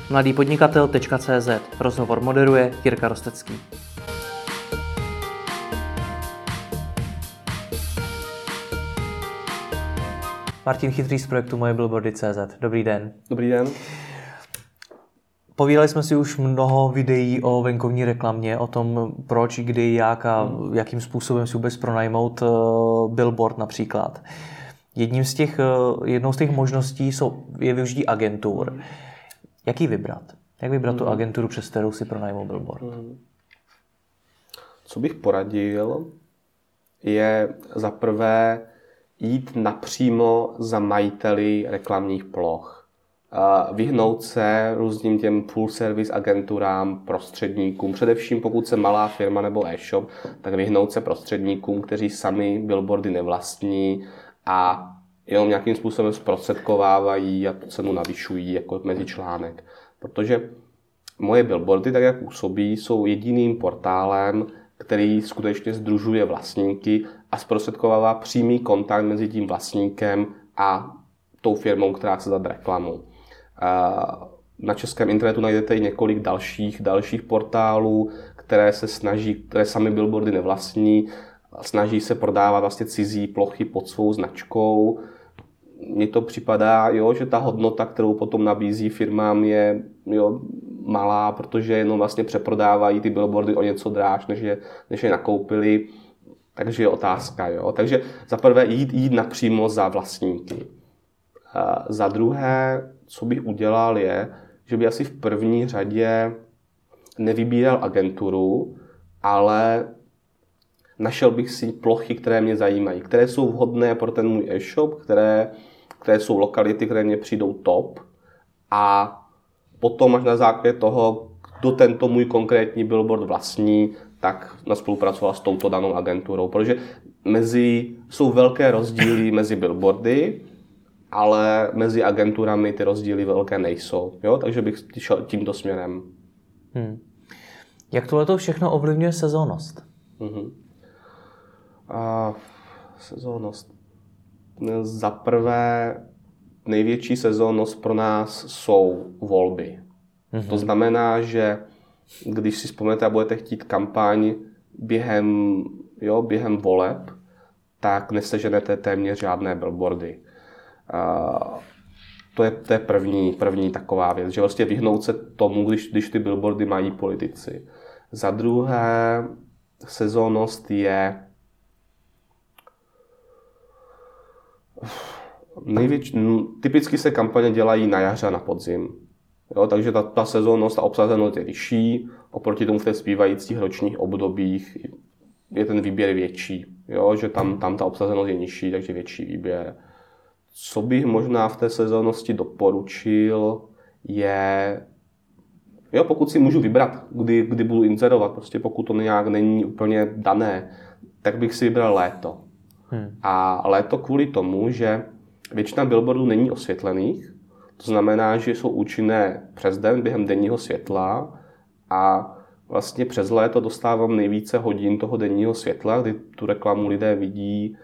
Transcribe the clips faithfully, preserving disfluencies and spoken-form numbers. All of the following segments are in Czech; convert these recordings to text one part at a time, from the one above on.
mladýpodnikatel tečka cé zet. Rozhovor moderuje Jirka Rostecký. Martin Chytrý z projektu Moje billboardy tečka cé zet. Dobrý den. Dobrý den. Povídali jsme si už mnoho videí o venkovní reklamě, o tom proč, kdy, jak a jakým způsobem si vůbec pronajmout billboard například. Jedním z těch, jednou z těch možností jsou, je využití agentur. Jak ji vybrat? Jak vybrat hmm. tu agenturu, přes kterou si pronajmou billboard? Hmm. Co bych poradil, je za prvé jít napřímo za majiteli reklamních ploch. Vyhnout se různým těm full service agenturám, prostředníkům, především pokud se malá firma nebo e-shop, tak vyhnout se prostředníkům, kteří sami billboardy nevlastní a jenom nějakým způsobem zprostředkovávají a tu cenu navyšují jako mezičlánek. Protože Moje billboardy, tak jak působí, jsou jediným portálem, který skutečně sdružuje vlastníky a zprostředkovává přímý kontakt mezi tím vlastníkem a tou firmou, která chce dát reklamu. Na českém internetu najdete i několik dalších, dalších portálů, které se snaží, které sami billboardy nevlastní, snaží se prodávat vlastně cizí plochy pod svou značkou. Mně to připadá, jo, že ta hodnota, kterou potom nabízí firmám, je jo, malá, protože jenom vlastně přeprodávají ty billboardy o něco dráž, než je, než je nakoupili. Takže je otázka. Jo. Takže za prvé jít, jít napřímo za vlastníky. A za druhé, co bych udělal, je, že by asi v první řadě nevybíral agenturu, ale našel bych si plochy, které mě zajímají, které jsou vhodné pro ten můj e-shop, které, které jsou lokality, které mě přijdou top, a potom až na základě toho, kdo tento můj konkrétní billboard vlastní, tak naspolupracoval s touto danou agenturou, protože mezi, jsou velké rozdíly mezi billboardy, ale mezi agenturami ty rozdíly velké nejsou, jo? Takže bych šel tímto směrem. Hmm. Jak tohleto všechno ovlivňuje sezónnost? Uh-huh. A sezónnost. Za prvé, největší sezónnost pro nás jsou volby. Uh-huh. To znamená, že když si vzpomenete a budete chtít kampaň během, jo, během voleb, tak neseženete téměř žádné billboardy. Uh, to je, to je první, první taková věc, že vlastně vyhnout se tomu, když, když ty billboardy mají politici. Za druhé, sezónnost je největší, typicky se kampaně dělají na jaře a na podzim. Jo, takže ta, ta sezónnost a obsazenost je vyšší, oproti tomu v těch zbývajících ročních obdobích je ten výběr větší, jo, že tam, tam ta obsazenost je nižší, takže větší výběr. Co bych možná v té sezónnosti doporučil, je, jo, pokud si můžu vybrat, kdy, kdy budu inzerovat, prostě pokud to nějak není úplně dané, tak bych si vybral léto. Hmm. A léto kvůli tomu, že většina billboardů není osvětlených, to znamená, že jsou účinné přes den během denního světla a vlastně přes léto dostávám nejvíce hodin toho denního světla, kdy tu reklamu lidé vidí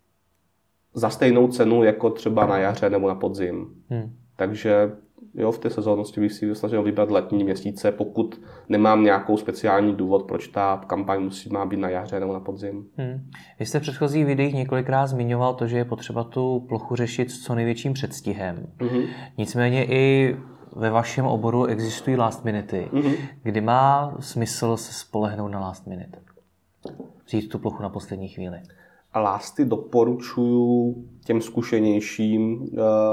za stejnou cenu jako třeba na jaře nebo na podzim. Hmm. Takže jo, v té sezónnosti bych si snažil vybrat letní měsíce, pokud nemám nějakou speciální důvod, proč ta kampaň musí má být na jaře nebo na podzim. Hmm. Vy jste v předchozích videích několikrát zmiňoval to, že je potřeba tu plochu řešit s co největším předstihem. Hmm. Nicméně i ve vašem oboru existují last minuty. Hmm. Kdy má smysl se spolehnout na last minute? Vzít tu plochu na poslední chvíli. A lasty doporučuju těm zkušenějším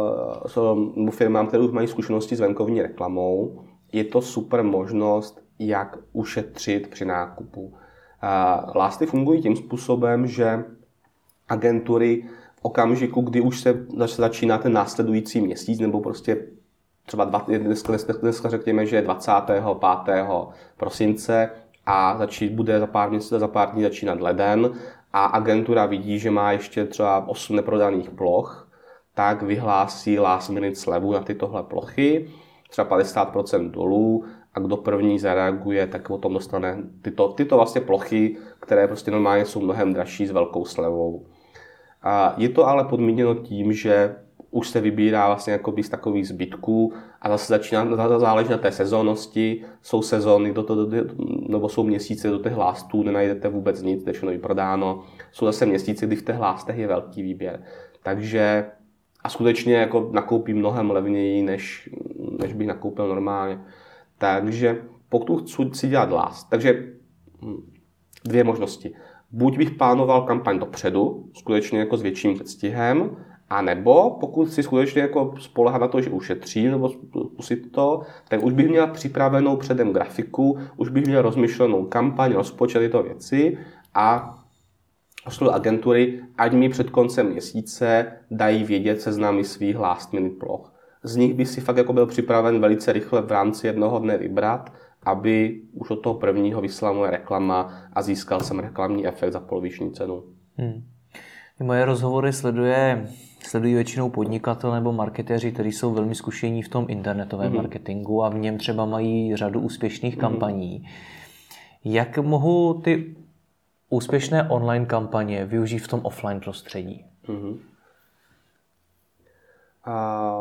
uh, firmám, které už mají zkušenosti s venkovní reklamou. Je to super možnost, jak ušetřit při nákupu. Uh, lasty fungují tím způsobem, že agentury v okamžiku, kdy už se začíná ten následující měsíc, nebo prostě třeba dva, dneska, dneska řekněme, že je dvacátého pátého prosince a začít, bude za pár měsíců, za pár dní začínat leden, a agentura vidí, že má ještě třeba osm neprodaných ploch, tak vyhlásí last minute slevu na tytohle plochy, třeba padesát procent dolů, a kdo první zareaguje, tak o tom dostane tyto, tyto vlastně plochy, které prostě normálně jsou mnohem dražší s velkou slevou. A je to ale podmíněno tím, že už se vybírá vlastně jakoby z takových zbytků a zase začíná, záleží na té sezónnosti, jsou sezóny, do to, do, nebo jsou měsíce, do těch lástů nenajdete vůbec nic, to je všechno vyprodáno. Jsou zase měsíce, kdy v těch lástech je velký výběr. Takže a skutečně jako nakoupím mnohem levněji, než, než bych nakoupil normálně. Takže pokud chci si dělat lást, takže dvě možnosti. Buď bych plánoval kampaň dopředu, skutečně jako s větším předstihem, a nebo pokud si skutečně jako spoléhat na to, že ušetřím nebo zkusit to, tak už bych měl připravenou předem grafiku, už bych měl rozmyšlenou kampaň, rozpočet tyto věci a oslovil agentury, ať mi před koncem měsíce dají vědět seznamy svých last minute ploch. Z nich by si fakt jako byl připraven velice rychle v rámci jednoho dne vybrat, aby už od toho prvního vyslala moje reklama a získal jsem reklamní efekt za poloviční cenu. Hmm. Moje rozhovory sleduje, sledují většinou podnikatelé nebo marketéři, kteří jsou velmi zkušení v tom internetovém mm-hmm. marketingu a v něm třeba mají řadu úspěšných mm-hmm. kampaní. Jak mohu ty úspěšné online kampaně využít v tom offline prostředí? Mm-hmm. A...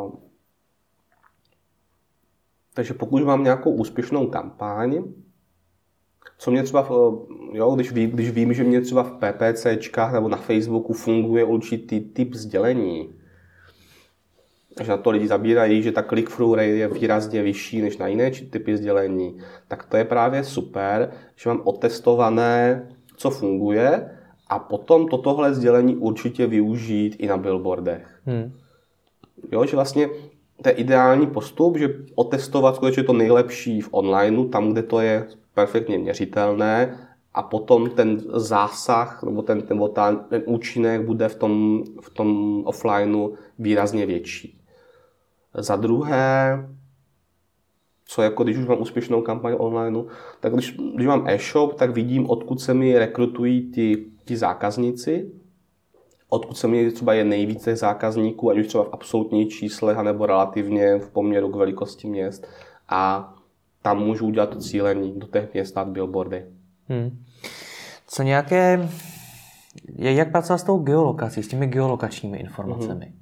Takže pokud mám nějakou úspěšnou kampaň, co mě třeba, jo, když, ví, když vím, že mě třeba v PPCčkách nebo na Facebooku funguje určitý typ sdělení, že na to lidi zabírají, že ta click-through rate je výrazně vyšší než na jiné typy sdělení, tak to je právě super, že mám otestované, co funguje a potom tohle sdělení určitě využít i na billboardech. Hmm. Jo, že vlastně to je ideální postup, že otestovat skutečně to nejlepší v onlineu, tam, kde to je perfektně měřitelné a potom ten zásah nebo ten, ten, ten účinek bude v tom, v tom offlineu výrazně větší. Za druhé, co jako když už mám úspěšnou kampaň onlineu, tak když, když mám e-shop, tak vidím, odkud se mi rekrutují ti, ti zákazníci, odkud se mi třeba je nejvíce zákazníků, ať už třeba v absolutních číslech, anebo relativně v poměru k velikosti měst. A tam můžu udělat to cílení, do těch měst dát billboardy. Hmm. Co nějaké... Jak pracovat s tou geolokací, s těmi geolokačními informacemi? Hmm.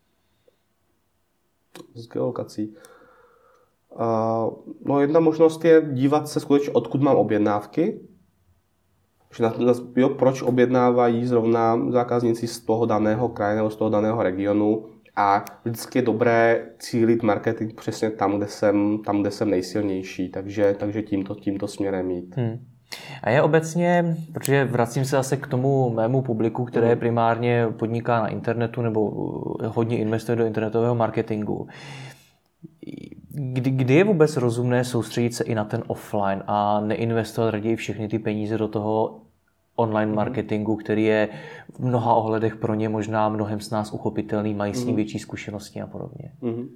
S geolokací. Uh, no jedna možnost je dívat se skutečně, odkud mám objednávky. Že na, na, jo, proč objednávají zrovna zákazníci z toho daného kraje nebo z toho daného regionu. A vždycky je dobré cílit marketing přesně tam, kde jsem, tam, kde jsem nejsilnější. Takže, takže tímto, tímto směrem jít. Hmm. A je obecně, protože vracím se zase k tomu mému publiku, které hmm. primárně podniká na internetu nebo hodně investuje do internetového marketingu. Kdy, kdy je vůbec rozumné soustředit se i na ten offline a neinvestovat raději všechny ty peníze do toho online marketingu, který je v mnoha ohledech pro ně možná mnohem s nás uchopitelný, mají s ním mm. větší zkušenosti a podobně. Mm.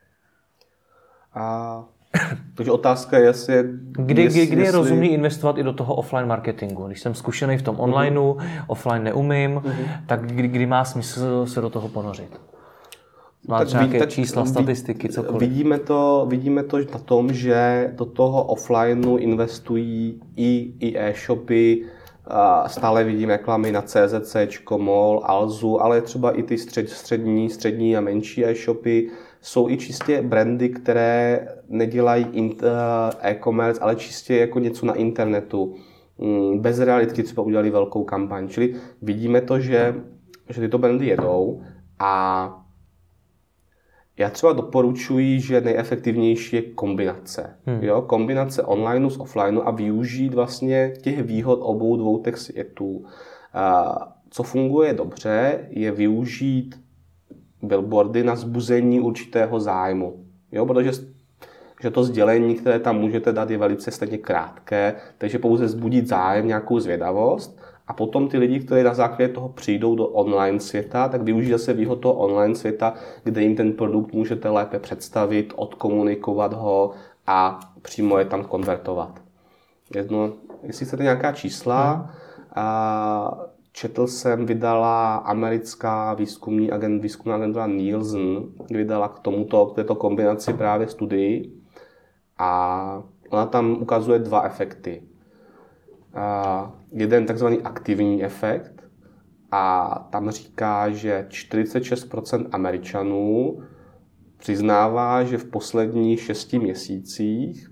A takže otázka je, jestli... Kdy, jestli, kdy je jestli... rozumný investovat i do toho offline marketingu? Když jsem zkušený v tom onlineu, mm. offline neumím, mm. tak kdy, kdy má smysl se do toho ponořit? Má třeba nějaké tak, čísla, ví, statistiky, cokoliv? Vidíme to, vidíme to na tom, že do toho offlineu investují i, i e-shopy. Stále vidím reklamy na CZCčko, MOL, Alzu, ale třeba i ty střed, střední, střední a menší e-shopy. Jsou i čistě brandy, které nedělají e-commerce, ale čistě jako něco na internetu. Bez realitky třeba udělali velkou kampaň. Čili vidíme to, že, že tyto brandy jedou a já třeba doporučuji, že nejefektivnější je kombinace. Hmm. Jo? Kombinace online s offline a využít vlastně těch výhod obou dvou těch světů. A co funguje dobře, je využít billboardy na vzbuzení určitého zájmu. Jo? Protože že to sdělení, které tam můžete dát, je velice stejně krátké, takže pouze vzbudit zájem, nějakou zvědavost. A potom ty lidi, kteří na základě toho přijdou do online světa, tak využijí zase výhod toho online světa, kde jim ten produkt můžete lépe představit, odkomunikovat ho a přímo je tam konvertovat. Jedno, jestli chcete nějaká čísla, hmm. a četl jsem, vydala americká výzkumní agent, výzkumná agentura Nielsen, vydala k tomuto, k této kombinaci právě studii a ona tam ukazuje dva efekty. Uh, jeden takzvaný aktivní efekt a tam říká, že čtyřicet šest procent Američanů přiznává, že v posledních šesti měsících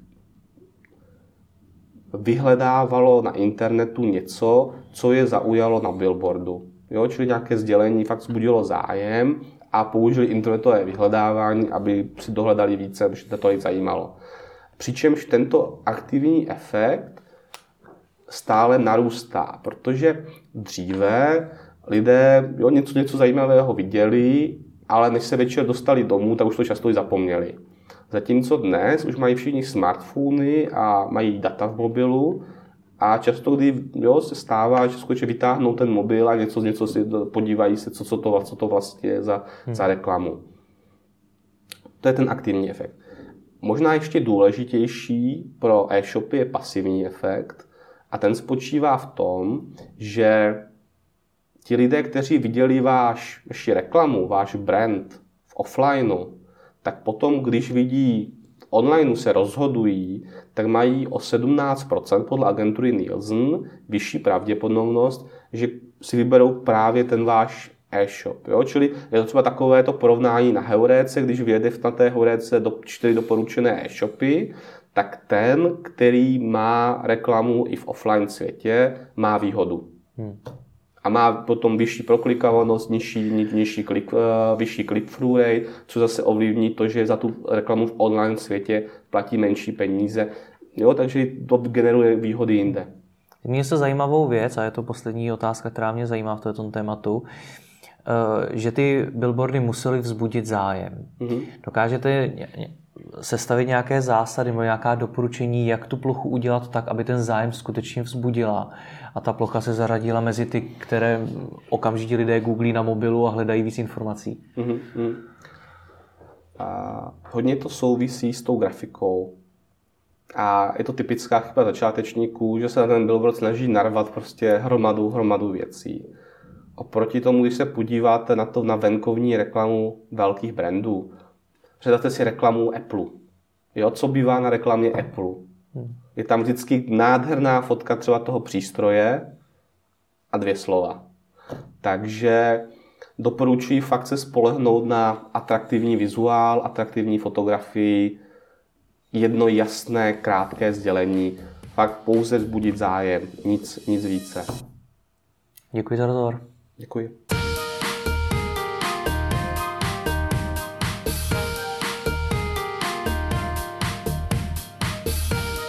vyhledávalo na internetu něco, co je zaujalo na billboardu. Jo, čili nějaké sdělení fakt vzbudilo zájem a použili internetové vyhledávání, aby si dohledali více, protože to jich zajímalo. Přičemž tento aktivní efekt stále narůstá, protože dříve lidé jo, něco, něco zajímavého viděli, ale než se večer dostali domů, tak už to často i zapomněli. Zatímco dnes už mají všichni smartfony a mají data v mobilu a často, kdy jo, se stává, že skutečně vytáhnou ten mobil a něco, něco si podívají se, co, co, to, co to vlastně je za, hmm. za reklamu. To je ten aktivní efekt. Možná ještě důležitější pro e-shopy je pasivní efekt a ten spočívá v tom, že ti lidé, kteří viděli váš, vaši reklamu, váš brand v offlineu, tak potom, když vidí online se rozhodují, tak mají o sedmnáct procent podle agentury Nielsen vyšší pravděpodobnost, že si vyberou právě ten váš e-shop. Jo? Čili je to třeba takové to porovnání na Heuréce, když vyjede na té Heuréce do čtyři doporučené e-shopy, tak ten, který má reklamu i v offline světě, má výhodu. Hmm. A má potom vyšší proklikovanost, nižší, nižší klik, uh, vyšší click-through rate, co zase ovlivní to, že za tu reklamu v online světě platí menší peníze. Jo, takže to generuje výhody jinde. Mně se zajímavou věc, a je to poslední otázka, která mě zajímá v tomto tématu, že ty billboardy musely vzbudit zájem. Mm-hmm. Dokážete sestavit nějaké zásady nebo nějaká doporučení, jak tu plochu udělat tak, aby ten zájem skutečně vzbudila a ta plocha se zaradila mezi ty, které okamžitě lidé googlí na mobilu a hledají víc informací? Mm-hmm. A hodně to souvisí s tou grafikou. A je to typická chyba začátečníků, že se na ten billboard snaží narvat prostě hromadu, hromadu věcí. Oproti tomu, když se podíváte na to na venkovní reklamu velkých brandů, představte si reklamu Apple. Jo, co bývá na reklamě Apple? Hmm. Je tam vždycky nádherná fotka třeba toho přístroje a dvě slova. Takže doporučuji fakt se spolehnout na atraktivní vizuál, atraktivní fotografii, jedno jasné, krátké sdělení, fakt pouze vzbudit zájem, nic, nic více. Děkuji za rozhovor. Děkuji.